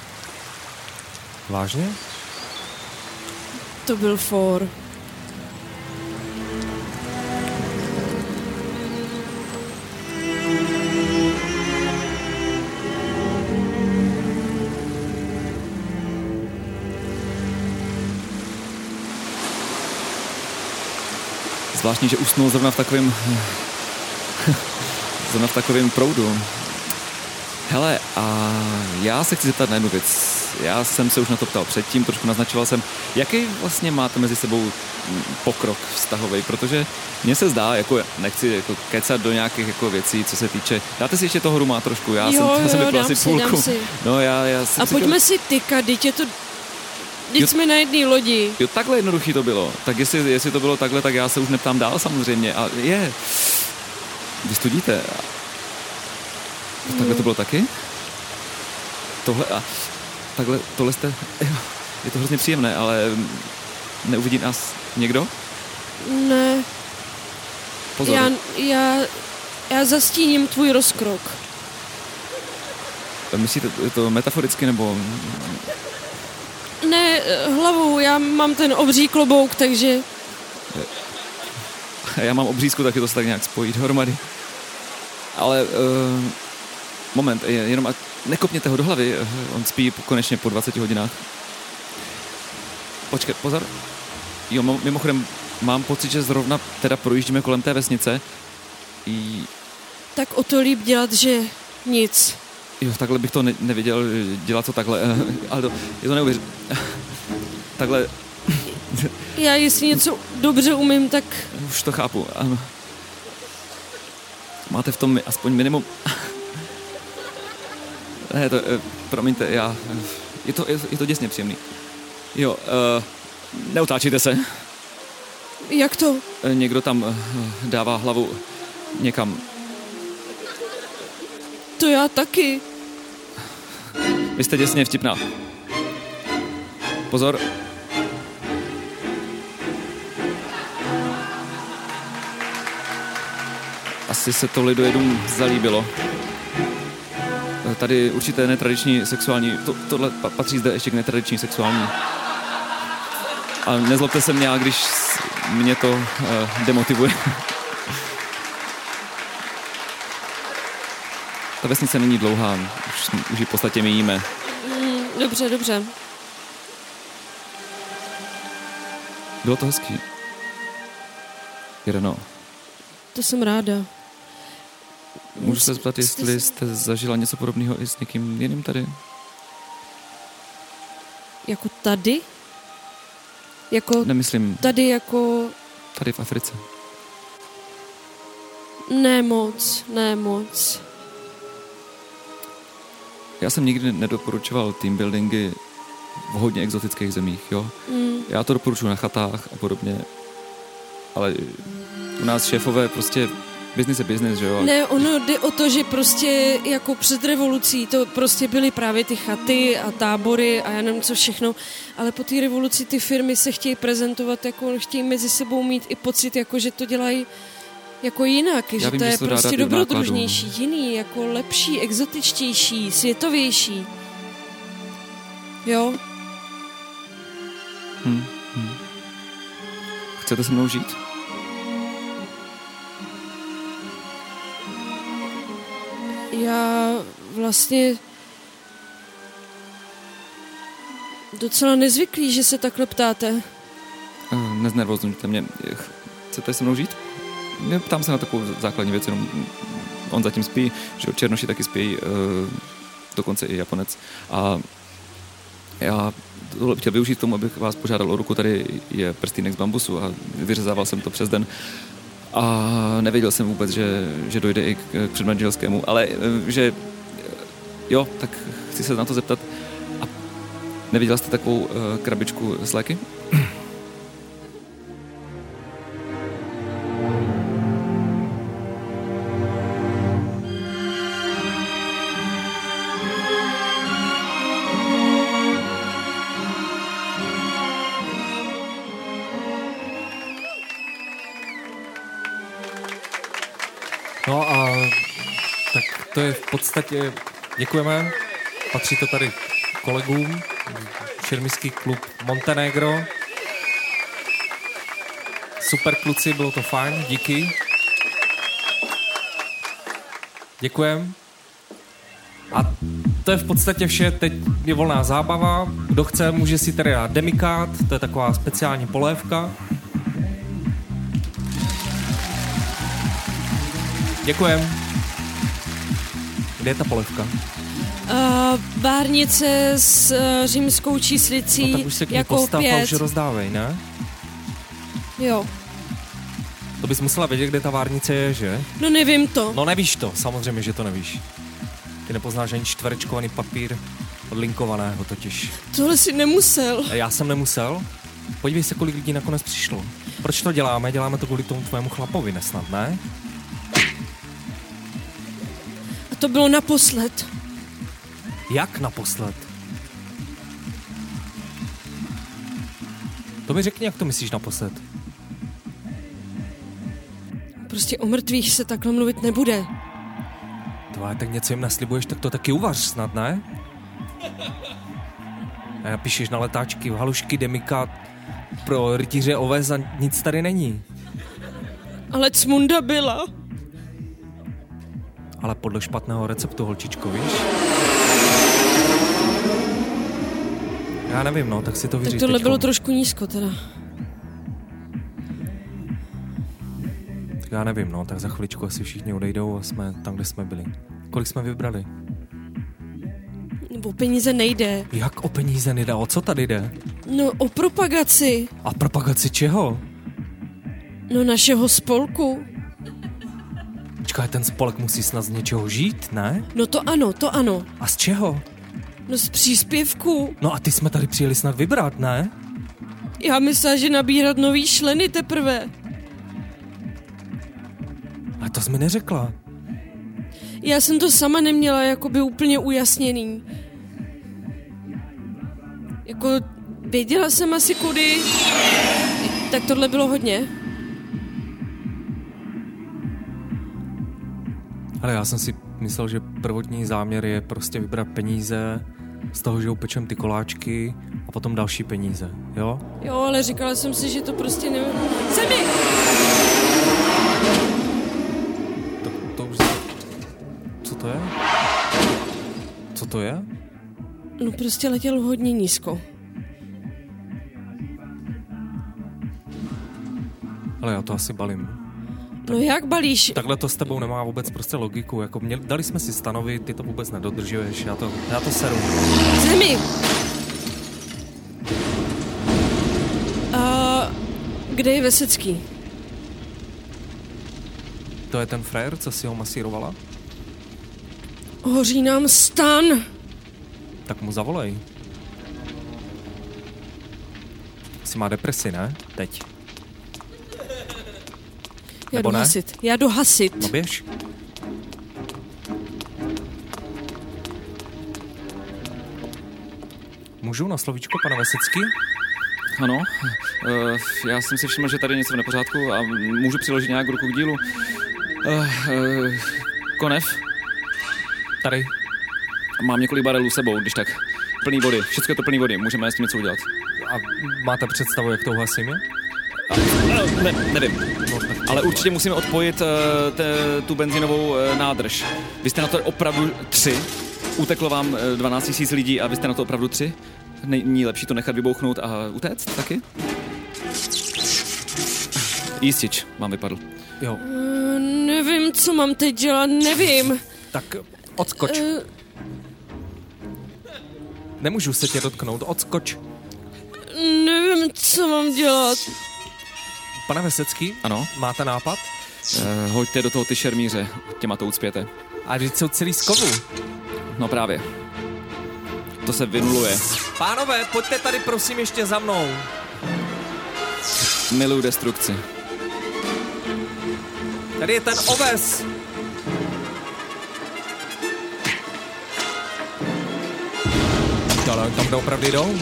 Vážně? To byl for. Zvláštní, že usnul zrovna v takovém zrovna v takovém proudu. Hele, a já se chci zeptat na jednu věc. Já jsem se už na to ptal předtím, trošku naznačoval jsem, jaký vlastně máte mezi sebou pokrok vztahový, protože mně se zdá, jako nechci jako kecat do nějakých jako věcí, co se týče. Dáte si ještě toho ruma trošku, já jo, jsem, já jo, jsem vypil asi si, půlku. si. No, já, já jsem a říkal, pojďme si tykat, teď je to... Teď jsme na jedné lodi. Jo, takhle jednoduchý to bylo. Tak jestli, jestli to bylo takhle, tak já se už neptám dál samozřejmě. A je, vy studíte. Takhle to bylo taky? Tohle a takhle, tohle jste, jo, je to hrozně příjemné, ale neuvidí nás někdo? Ne. Pozor. Já, já, já zastíním tvůj rozkrok. Myslíte to metaforicky, nebo... Ne, hlavou, já mám ten obří klobouk, takže... Já mám obřízku, taky to se tak nějak spojí dohromady. Ale... Uh, moment, jenom ať nekopněte ho do hlavy, on spí konečně po dvaceti hodinách. Počkej, pozor. Jo, mimochodem, mám pocit, že zrovna teda projíždíme kolem té vesnice. I... Tak o to líp dělat, že nic. Jo, takhle bych to ne- neviděl, dělat to takhle, ale to, je to neuvěřitelné. Takhle... Já jestli něco dobře umím, tak... Už to chápu, ano. Máte v tom aspoň minimum... Ne, to, eh, promiňte, já... Je to, je, je to děsně příjemný. Jo, eh, neutáčejte se. Jak to? Eh, někdo tam eh, dává hlavu někam. To já taky. Vy jste děsně vtipná. Pozor. Asi se to lidojedům zalíbilo. Tady určité netradiční sexuální, to, tohle patří zde ještě k netradiční sexuální. A nezlobte se mě, když mě to uh, demotivuje. Ta vesnice není dlouhá, už, už ji v podstatě míjíme. Mm, dobře, dobře. Bylo to hezký. Jireno. To jsem ráda. Můžu se zeptat, jestli jste zažila něco podobného i s někým jiným tady? Jako tady? Jako Nemyslím tady jako... tady v Africe. Ne moc, ne moc. Já jsem nikdy nedoporučoval team buildingy v hodně exotických zemích, jo? Mm. Já to doporučuji na chatách a podobně, ale u nás šéfové prostě business je business, že jo? Ne, ono jde o to, že prostě jako před revolucí to prostě byly právě ty chaty a tábory a já nevím co všechno, ale po té revoluci ty firmy se chtějí prezentovat, jako chtějí mezi sebou mít i pocit, jako že to dělají jako jinak, já že vím, to že je to prostě dobrodružnější, jiný, jako lepší, exotičtější, světovější. Jo? Hmm, hmm. Chcete se mnou žít? Já vlastně docela nezvyklý, že se takhle ptáte. Neznervozňujte mě. Chcete se mnou žít? Ptám se na takovou základní věc, jenom on zatím spí, že černoši taky spí, dokonce i Japonec. A já tohle chtěl využít k tomu, abych vás požádal o ruku. Tady je prstýnek z bambusu a vyřezával jsem to přes den. A nevěděl jsem vůbec, že, že dojde i k, k předmanželskému, ale že jo, tak chci se na to zeptat. A neviděla jste takovou uh, krabičku s léky? No a tak to je v podstatě, děkujeme, patří to tady kolegům, šermický klub Montenegro. Super kluci, bylo to fajn, díky. Děkujem. A to je v podstatě vše, teď je volná zábava, kdo chce, může si tady dát demikát, to je taková speciální polévka. Děkujem. Kde je ta polevka? Uh, várnice s uh, římskou číslicí no, tak už se k ní jako postav pět. A už rozdávej, ne? Jo. To bys musela vědět, kde ta várnice je, že? No nevím to. No nevíš to, samozřejmě, že to nevíš. Ty nepoznáš ani čtverečkovaný papír odlinkovaného totiž. Tohle si nemusel. A já jsem nemusel? Podívej se, kolik lidí nakonec přišlo. Proč to děláme? Děláme to kvůli tomu tvému chlapovi, nesnad, ne? A to bylo naposled. Jak naposled? To mi řekni, jak to myslíš naposled. Prostě o mrtvých se takhle mluvit nebude. Tvoje, tak něco jim naslibuješ, tak to taky uvař snad, ne? A napíšeš na letáčky, halušky, demikát pro rytíře oves a nic tady není. Ale cmunda byla. Ale podle špatného receptu, holčičko, víš? Já nevím, no, tak si to vyříš. Tak tohle teďko. bylo trošku nízko teda. Tak já nevím, no, tak za chviličku asi všichni odejdou a jsme tam, kde jsme byli. Kolik jsme vybrali? O peníze nejde. Jak o peníze nejde? O co tady jde? No o propagaci. A propagaci čeho? No našeho spolku. Čekaj, ten spolek musí snad z něčeho žít, ne? No to ano, to ano. A z čeho? No z příspěvků. No a ty jsme tady přijeli snad vybrat, ne? Já myslela, že nabírat nový členy teprve. A to jsi mi neřekla. Já jsem to sama neměla jakoby úplně ujasněný. Jako věděla jsem asi kudy. Tak tohle bylo hodně. Ale já jsem si myslel, že prvotní záměr je prostě vybrat peníze z toho, že upečem ty koláčky a potom další peníze, jo? Jo, ale říkala jsem si, že to prostě ne... Zemi! To, to už... Co to je? Co to je? No prostě letěl hodně nízko. Ale já to asi balím. No jak balíš? Takhle to s tebou nemá vůbec prostě logiku. Jako měli, dali jsme si stanovy, ty to vůbec nedodržuješ. Já to, já to seru. Zemi! A kde je Vesecký? To je ten frér, co si ho masírovala? Hoří nám stan. Tak mu zavolej. Asi má depresi, ne? Teď. Já Nebo jdu ne? hasit. Já jdu hasit. No běž. Můžu na slovíčko, pane Vesecký? Ano, uh, já jsem si všiml, že tady je něco v nepořádku a můžu přiložit nějak ruku k dílu. Uh, uh, konev. Tady. Mám několik barelů sebou, když tak. Plný vody, všechno je to plný vody, můžeme s tím něco udělat. A máte představu, jak to uhasíme? A, uh, ne, nevím, ale určitě musíme odpojit uh, te, tu benzínovou uh, nádrž. Vy jste na to opravdu tři, uteklo vám uh, dvanáct tisíc lidí a vy jste na to opravdu tři? Není lepší to nechat vybouchnout a utéct taky? Jistič vám vypadl. Jo. Uh, nevím, co mám teď dělat, nevím. Tak odskoč. Uh, Nemůžu se tě dotknout, odskoč. nevím, co mám dělat. Pane Vesecký, Ano? máte nápad? Eh, hoďte do toho ty šermíře, těma to ucpěte. A vždyť jsou celý z kovu. No právě. To se vynuluje. Pánové, pojďte tady prosím ještě za mnou. Miluju destrukci. Tady je ten oves. Ale tam doopravdy jdou.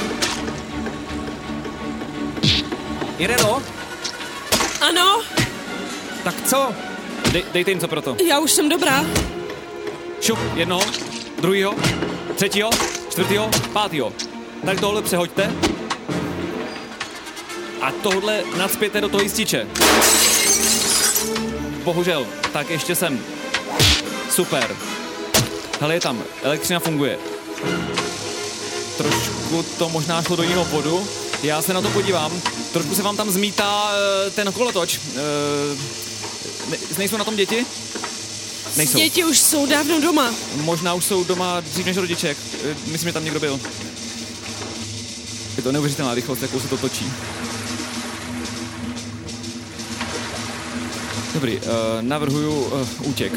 Ireno, Ano, tak co? Dej, dejte jim co pro to. já už jsem dobrá. Šup, jednoho, druhýho, třetího, čtvrtýho, pátýho. Tak tohle přehoďte. A tohle nacpěte do toho jističe. Bohužel, tak ještě jsem. Super. Hele, je tam, elektřina funguje. Trošku to možná šlo do jiného bodu. Já se na to podívám. Trošku se vám tam zmítá uh, ten kolotoč. Uh, ne, nejsou na tom děti? Nejsou. Děti už jsou dávno doma. Možná už jsou doma dřív než rodiček. Uh, myslím, že tam někdo byl. Je to neuvěřitelná rychlost, jakou se to točí. Dobrý, uh, navrhuju uh, útěk.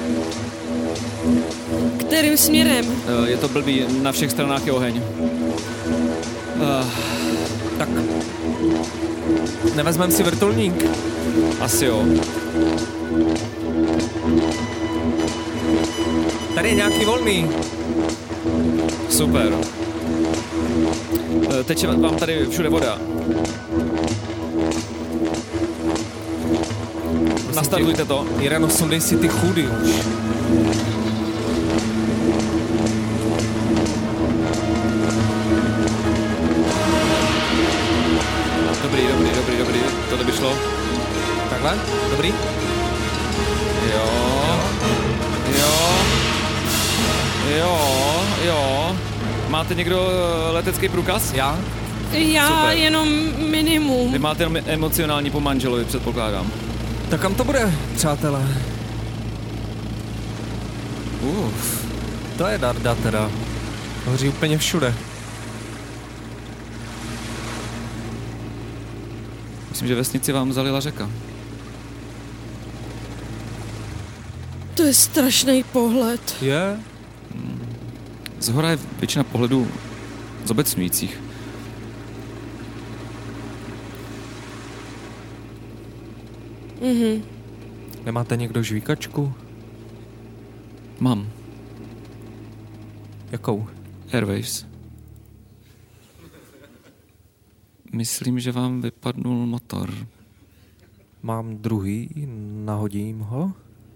Kterým směrem? Uh, je to blbý, na všech stranách je oheň. Uh, Tak nevezmem si vrtulník. asi jo. Tady je nějaký volný. Super. Uh, teče vám tady všude voda. Nastartujte to. Ireno, sundej si ty chudy už. Dobrý, dobrý, dobrý, dobrý. Tohle by šlo. Takhle? Dobrý? Jo. Jo. Jo. Jo. Máte někdo eh, letecký průkaz? Já? Já Super. jenom minimum. Vy máte jenom emocionální po manželovi, předpokládám. Tak kam to bude, přátelé? Uf. To je darda teda. Hoří úplně všude. Myslím, že vesnici vám zalila řeka. To je strašný pohled. Je? Zhora je většina pohledů zobecňujících. Mhm. Nemáte někdo žvíkačku? Mám. Jakou? Airwaves. Myslím, že vám vypadnul motor. Mám druhý, nahodím ho.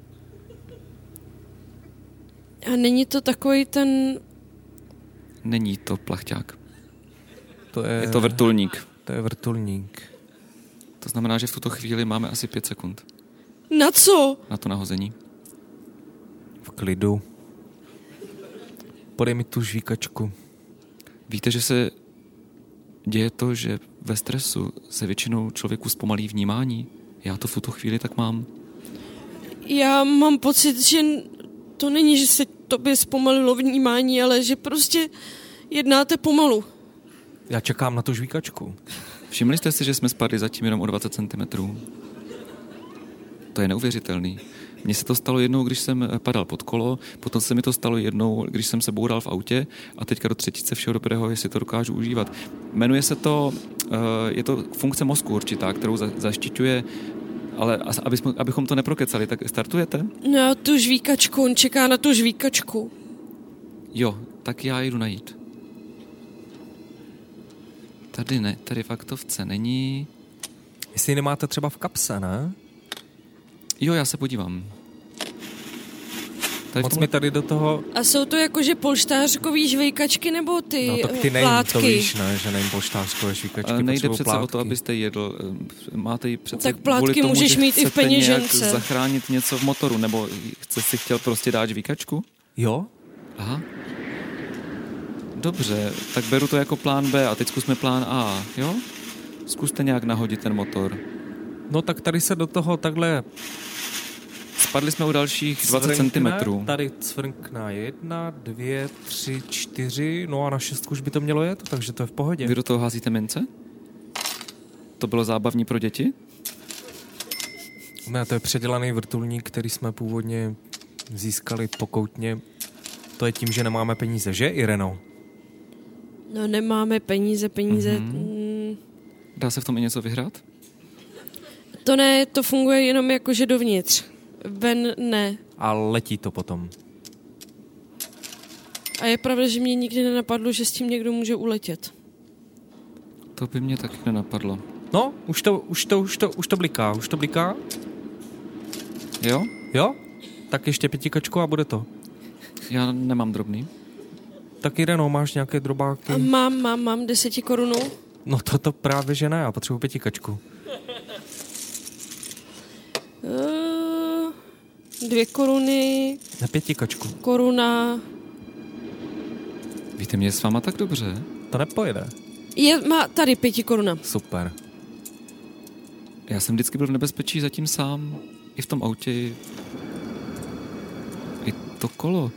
A není to takový ten... Není to plachťák. To je... Je to vrtulník. To je vrtulník. To znamená, že v tuto chvíli máme asi pět sekund Na co? na to nahození. V klidu. Podej mi tu žvíkačku. Víte, že se děje to, že ve stresu se většinou člověku zpomalí vnímání? Já to v tuto chvíli tak mám. Já mám pocit, že to není, že se tobě zpomalilo vnímání, ale že prostě jednáte pomalu. Já čekám na tu žvíkačku. Všimli jste si, že jsme spadli zatím jenom o dvacet centimetrů? To je neuvěřitelný. Mně se to stalo jednou, když jsem padal pod kolo, potom se mi to stalo jednou, když jsem se boural v autě a teďka do třetice všeho dobrého, jestli to dokážu užívat. Jmenuje se to, je to funkce mozku určitá, kterou zaštiťuje, ale abychom to neprokecali, tak startujete? Na tu žvíkačku, on čeká na tu žvíkačku. Jo, tak já jdu najít. Tady ne, tady v aktovce není. Jestli nemáte třeba v kapse, ne? Jo, já se podívám. Tady Moc v mi tady do toho... A jsou to jakože polštářkový žvejkačky nebo ty No tak ty eh, nejím, plátky? to víš, ne? Že nejím polštářkové žvíkačky, Ale nejde potřebuju přece plátky. o to, abyste jedl. Máte ji přece Tak plátky kvůli tomu, můžeš že mít i v chcete peněžence. nějak zachránit něco v motoru, nebo chce si chtěl prostě dát žvíkačku? Jo? Aha. Dobře, tak beru to jako plán B a teď zkusme plán A, jo? Zkuste nějak nahodit ten motor. No tak tady se do toho takhle Spadli jsme o dalších dvacet cvrkne, centimetrů. Tady cvrkná jedna, dvě, tři, čtyři, no a na šestku už by to mělo jet, takže to je v pohodě. Vy do toho házíte mince? To bylo zábavní pro děti? Ne, to je předělaný vrtulník, který jsme původně získali pokoutně. To je tím, že nemáme peníze, že, Ireno? No nemáme peníze, peníze... Mm-hmm. Mm, Dá se v tom i něco vyhrát? to ne, to funguje jenom jako, že dovnitř. Ven ne. A letí to potom. A je pravda, že mě nikdy nenapadlo, že s tím někdo může uletět. To by mě taky nenapadlo. No, už to, už to, už to, už to bliká, už to bliká. Jo? Jo? Tak ještě pětikačku a bude to. Já nemám drobný. Tak Ireno, máš nějaké drobáky? A mám, mám, mám deseti korunu. No to, to právě, že ne, já potřebuji pětikačku. Uh, dvě koruny, Na pětikačku. koruna. Víte, mě je s váma tak dobře. To nepojede. Je, má tady pěti koruna. Super. Já jsem vždycky byl v nebezpečí zatím sám. I v tom autě. I to kolo.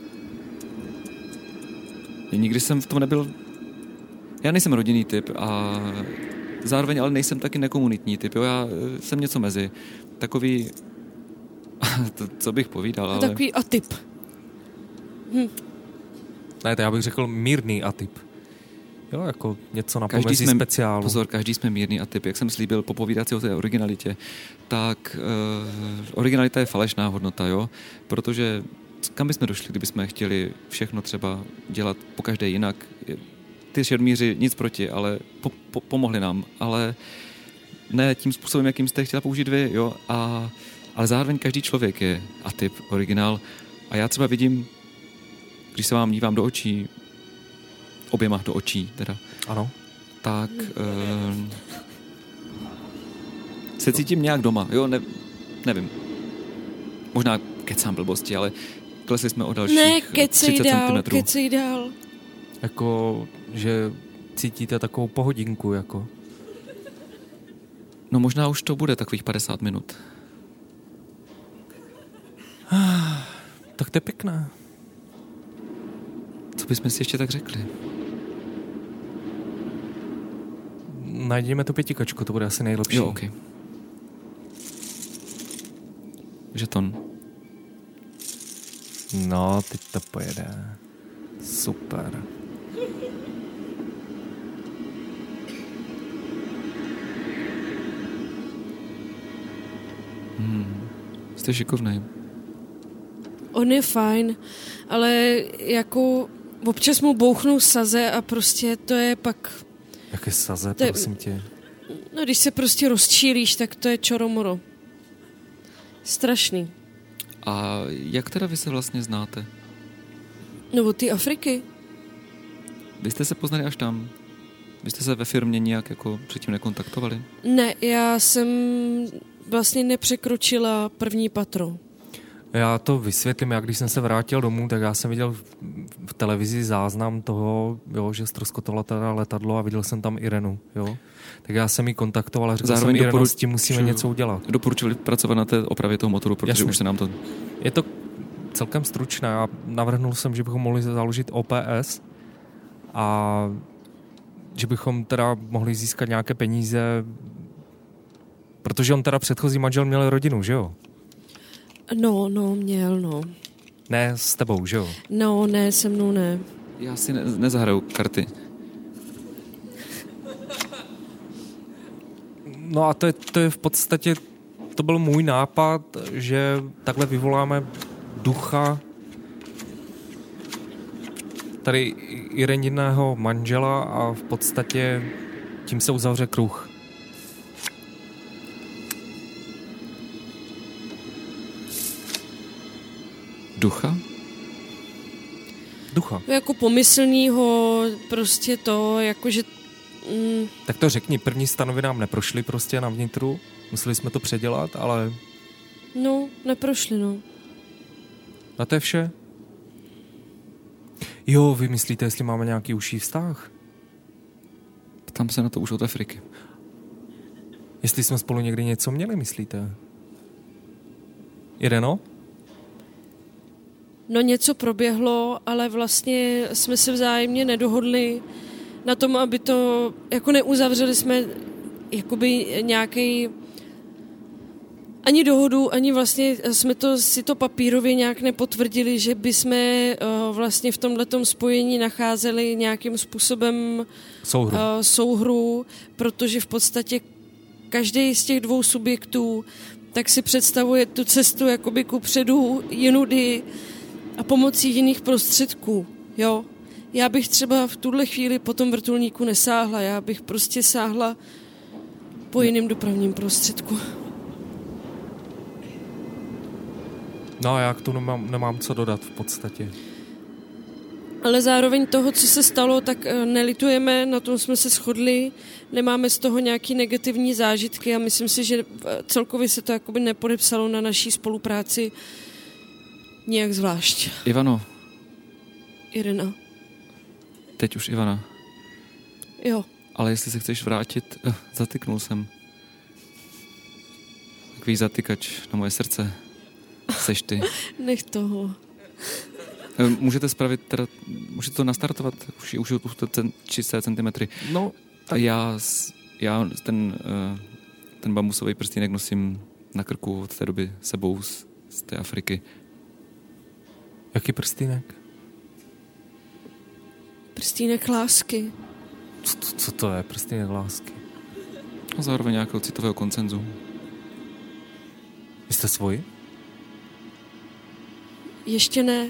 Nikdy jsem v tom nebyl... Já nejsem rodinný typ a zároveň ale nejsem taky nekomunitní typ. Jo? Já jsem něco mezi. Takový... to, co bych povídal, ale... Takový atyp. Hm. Ne, to já bych řekl mírný atyp. Jo, jako něco na Každý pomezí jsme, speciálu. Pozor, každý jsme mírný atyp. Jak jsem slíbil po povídaci o té originalitě, tak uh, originalita je falešná hodnota, jo? Protože kam bychom došli, kdybychom chtěli všechno třeba dělat po každé jinak? Ty šermíři nic proti, ale po, po, pomohli nám, ale ne tím způsobem, jakým jste chtěla použít vy, jo? A, ale zároveň každý člověk je atyp, originál. A já třeba vidím, když se vám dívám do očí, oběma do očí teda, Ano. tak uh, se cítím nějak doma, jo, ne, nevím. Možná kecám blbosti, ale klesli jsme o dalších Ne, kecej třicet dál, centimetrů. kecej dál. Jako, že cítíte takovou pohodinku, jako. No možná už to bude takových padesát minut. Tak to je pěkné. Co bychom si ještě tak řekli? Najdeme tu pětikačku, to bude asi nejlepší. Jo, ok. Žeton. No, teď to pojede. Super. Hmm. Jste šikovnej. On je fajn, ale jako občas mu bouchnou saze a prostě to je pak... Jaké saze, To je- prosím tě. No, když se prostě rozčílíš, tak to je čoromoro. Strašný. A jak teda vy se vlastně znáte? No od ty Afriky. Vy jste se poznali až tam? Vy jste se ve firmě nějak jako předtím nekontaktovali? Ne, já jsem vlastně nepřekročila první patro. Já to vysvětlím, já když jsem se vrátil domů, tak já jsem viděl v, v televizi záznam toho, jo, že ztroskotalo teda letadlo a viděl jsem tam Irenu, jo. Tak já jsem ji kontaktoval a řekl Zároveň jsem Irenu, doporuč- s tím musíme něco udělat. Doporučili pracovat na té opravě toho motoru, protože Jasně. už se nám to... Je to celkem stručné a navrhnul jsem, že bychom mohli založit O P S a že bychom teda mohli získat nějaké peníze, protože on teda předchozí manžel měl rodinu, že jo? No, no, měl, no. Ne s tebou, že jo? No, ne, se mnou ne. Já si ne- nezahraju karty. No a to je, to je v podstatě, to byl můj nápad, že takhle vyvoláme ducha tady Ireniného manžela a v podstatě tím se uzavře kruh. Ducha? Ducha. Jako pomyslnýho, prostě to, jakože... Mm, Tak to řekni, první stanovy nám neprošly prostě na vnitru, museli jsme to předělat, ale no, neprošli, no. na to je vše. Jo, vy myslíte, jestli máme nějaký užší vztah? Ptám se na to už od Afriky. Jestli jsme spolu někdy něco měli, myslíte? Ireno? No něco proběhlo, ale vlastně jsme se vzájemně nedohodli na tom, aby to, jako neuzavřeli jsme jakoby nějaký ani dohodu, ani vlastně jsme to, si to papírově nějak nepotvrdili, že by jsme uh, vlastně v tomhletom spojení nacházeli nějakým způsobem souhru. Uh, souhru, protože v podstatě každý z těch dvou subjektů tak si představuje tu cestu jakoby kupředu jinudy a pomocí jiných prostředků, jo. Já bych třeba v tuhle chvíli po tom vrtulníku nesáhla, já bych prostě sáhla po jiném dopravním prostředku. No a já k tomu nemám, nemám co dodat v podstatě. Ale zároveň toho, co se stalo, tak nelitujeme, na tom jsme se shodli, nemáme z toho nějaký negativní zážitky a myslím si, že celkově se to jakoby nepodepsalo na naší spolupráci nějak zvlášť. Ivano. Irena. Teď už Ivana. Jo. Ale jestli se chceš vrátit, uh, zatyknul jsem. Takový zatykač na moje srdce. Seš ty. Nech toho. Můžete spravit, teda, můžete to nastartovat, už, už je to cen, čisté centimetry. No, tak. A já, já ten, ten bambusový prstínek nosím na krku od té doby sebou z, z té Afriky. Jaký prstínek? Prstínek lásky. Co, co to je prstínek lásky? A zároveň nějakého citového koncenzu. Jste svoji? Ještě ne.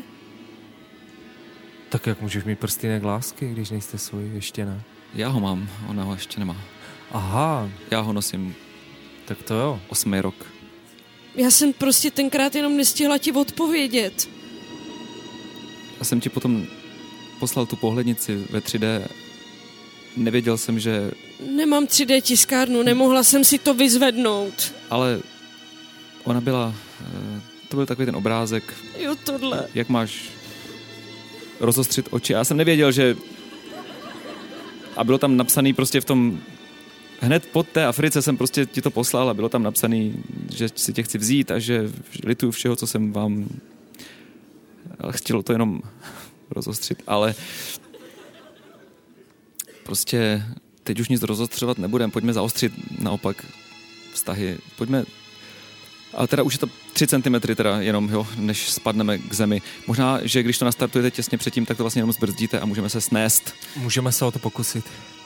Tak jak můžeš mít prstínek lásky, když nejste svoji? Ještě ne. Já ho mám, ona ho ještě nemá. Aha. Já ho nosím. Tak to jo. Osmý rok. Já jsem prostě tenkrát jenom nestihla ti odpovědět. Já jsem ti potom poslal tu pohlednici ve tři dé. Nevěděl jsem, že... Nemám tři dé tiskárnu, nemohla jsem si to vyzvednout. Ale ona byla... To byl takový ten obrázek. Jo, tohle. Jak máš rozostřit oči. Já jsem nevěděl, že... A bylo tam napsaný prostě v tom... Hned pod té Africe jsem prostě ti to poslal a bylo tam napsaný, že si tě chci vzít a že lituju všeho, co jsem vám... Ale chtělo to jenom rozostřit, ale... Prostě teď už nic rozostřovat nebudem, pojďme zaostřit naopak vztahy. Pojďme... Ale teda už je to tři centimetry teda jenom, jo, než spadneme k zemi. Možná, že když to nastartujete těsně předtím, tak to vlastně jenom zbrzdíte a můžeme se snést. Můžeme se o to pokusit.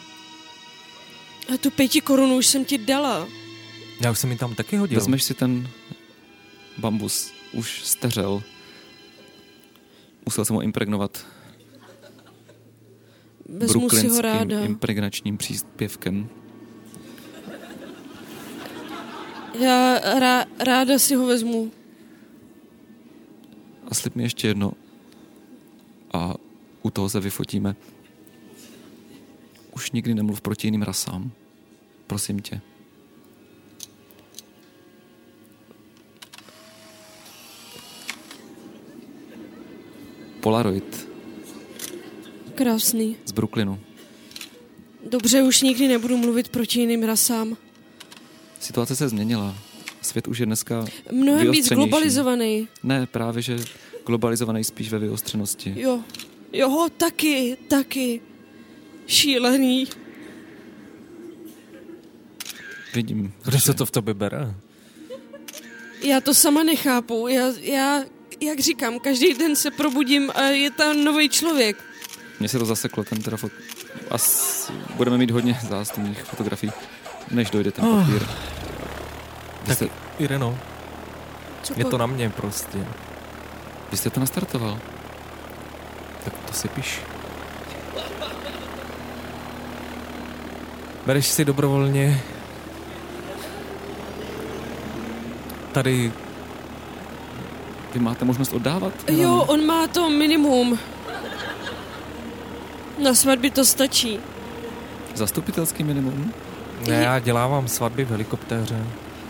A tu pěti korunu už jsem ti dala. Já už jsem mi tam taky hodil. Vezmeš si ten bambus, už steřel. Musel jsem ho impregnovat Vezmu si ho ráda. impregnačním příspěvkem. Já rá, ráda si ho vezmu. A slib mi ještě jedno. A u toho se vyfotíme. Už nikdy nemluv proti jiným rasám. Prosím tě. Polaroid. Krásný. Z Brooklynu. Dobře, už nikdy nebudu mluvit proti jiným rasám. Situace se změnila. Svět už je dneska mnohem víc globalizovaný. Ne, právě, že globalizovaný spíš ve vyostřenosti. Jo, jo, taky, taky. Šílený. Vidím. Kde se to v tobě bere? Já to sama nechápu. Já, já, jak říkám, každý den se probudím a je tam nový člověk. Mně se to zaseklo, ten teda fot... As... Budeme mít hodně zástupných fotografií, než dojde ten oh. papír. Tak jste... Ireno, Co je po... to na mě prostě. Vy jste to nastartoval. Tak to si píš. Bereš si dobrovolně tady... Vy máte možnost oddávat? Jo, on má to minimum. Na svatbě to stačí. Zastupitelský minimum? Ne, já dělávám svatby v helikoptéře.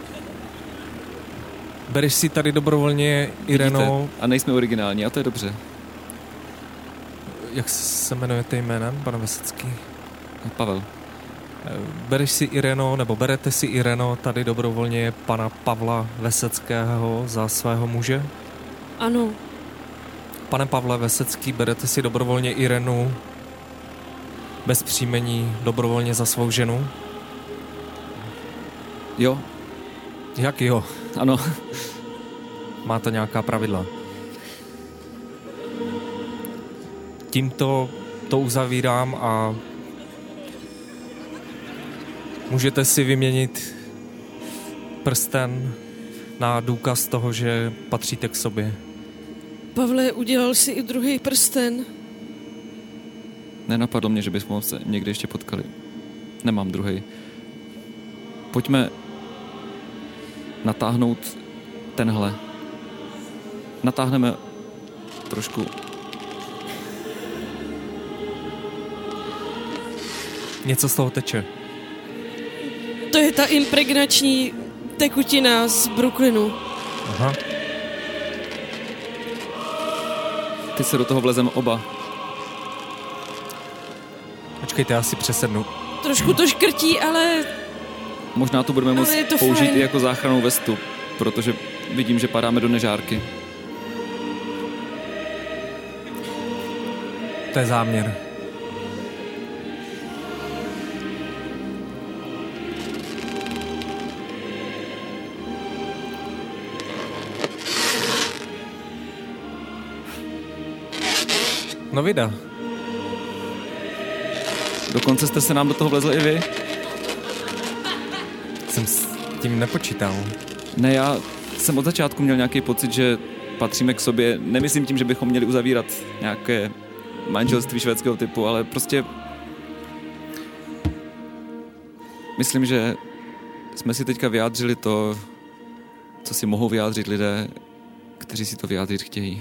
Bereš si tady dobrovolně Ireno. Vidíte? A nejsme originální, a to je dobře. Jak se jmenujete jménem, pane Vesecký? Pavel. Bereš si Ireno, nebo berete si Ireno tady dobrovolně pana Pavla Veseckého za svého muže? Ano. Pane Pavle Vesecký, berete si dobrovolně Irenu bez příjmení dobrovolně za svou ženu? Jo. Jak jo? Ano. Máte nějaká pravidla? Tímto to uzavírám a můžete si vyměnit prsten na důkaz toho, že patříte k sobě. Pavle, udělal si i druhý prsten. Nenapadlo mě, že bychom se někdy ještě potkali. Nemám druhý. Pojďme natáhnout tenhle. Natáhneme trošku. Něco z toho teče. To je ta impregnační tekutina z Brooklynu. Aha. Ty se do toho vlezeme oba. Počkejte, já si přesednu. Trošku to škrtí, ale... Možná to budeme moct to použít fajn. i jako záchrannou vestu, protože vidím, že padáme do nežárky. To je záměr. No vida. Dokonce jste se nám do toho vlezli i vy? Jsem s tím nepočítal. Ne, já jsem od začátku měl nějaký pocit, že patříme k sobě. Nemyslím tím, že bychom měli uzavírat nějaké manželství švédského typu, ale prostě myslím, že jsme si teďka vyjádřili to, co si mohou vyjádřit lidé, kteří si to vyjádřit chtějí.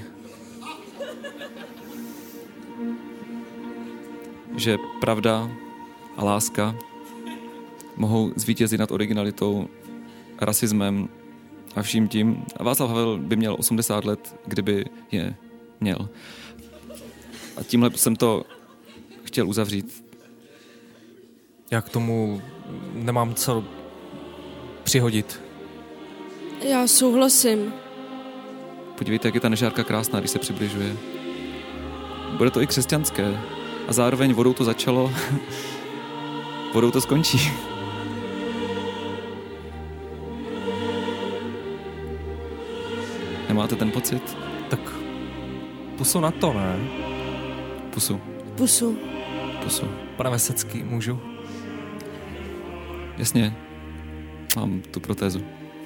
Že pravda a láska mohou zvítězit nad originalitou, rasismem a vším tím. A Václav Havel by měl osmdesát let, kdyby je měl. A tímhle jsem to chtěl uzavřít. Já k tomu nemám co přihodit. Já souhlasím. Podívejte, jak je ta nežárka krásná, když se přibližuje. Bude to i křesťanské. A zároveň vodou to začalo, vodou to skončí. Nemáte ten pocit? Tak pusu na to, ne? Pusu. Pusu. Pusu. Pane Vesecký, můžu? Jasně. Mám tu protézu.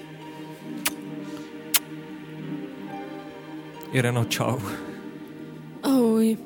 Ireno, čau. Ahoj.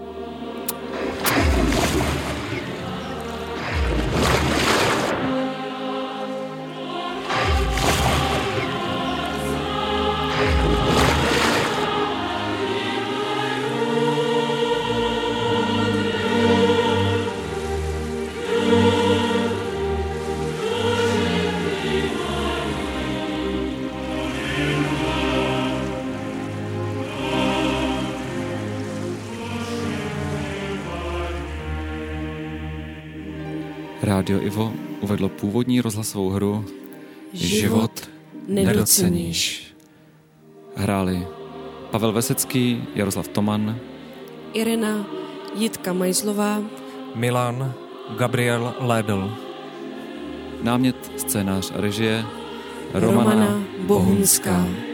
Rádio Ivo uvedlo původní rozhlasovou hru Život nedoceníš. Hráli Pavel Vesecký, Jaroslav Toman, Irena Jitka Majzlová, Milan Gabriel Lédl. námět, scénář a režie Romana, Romana Bohunská.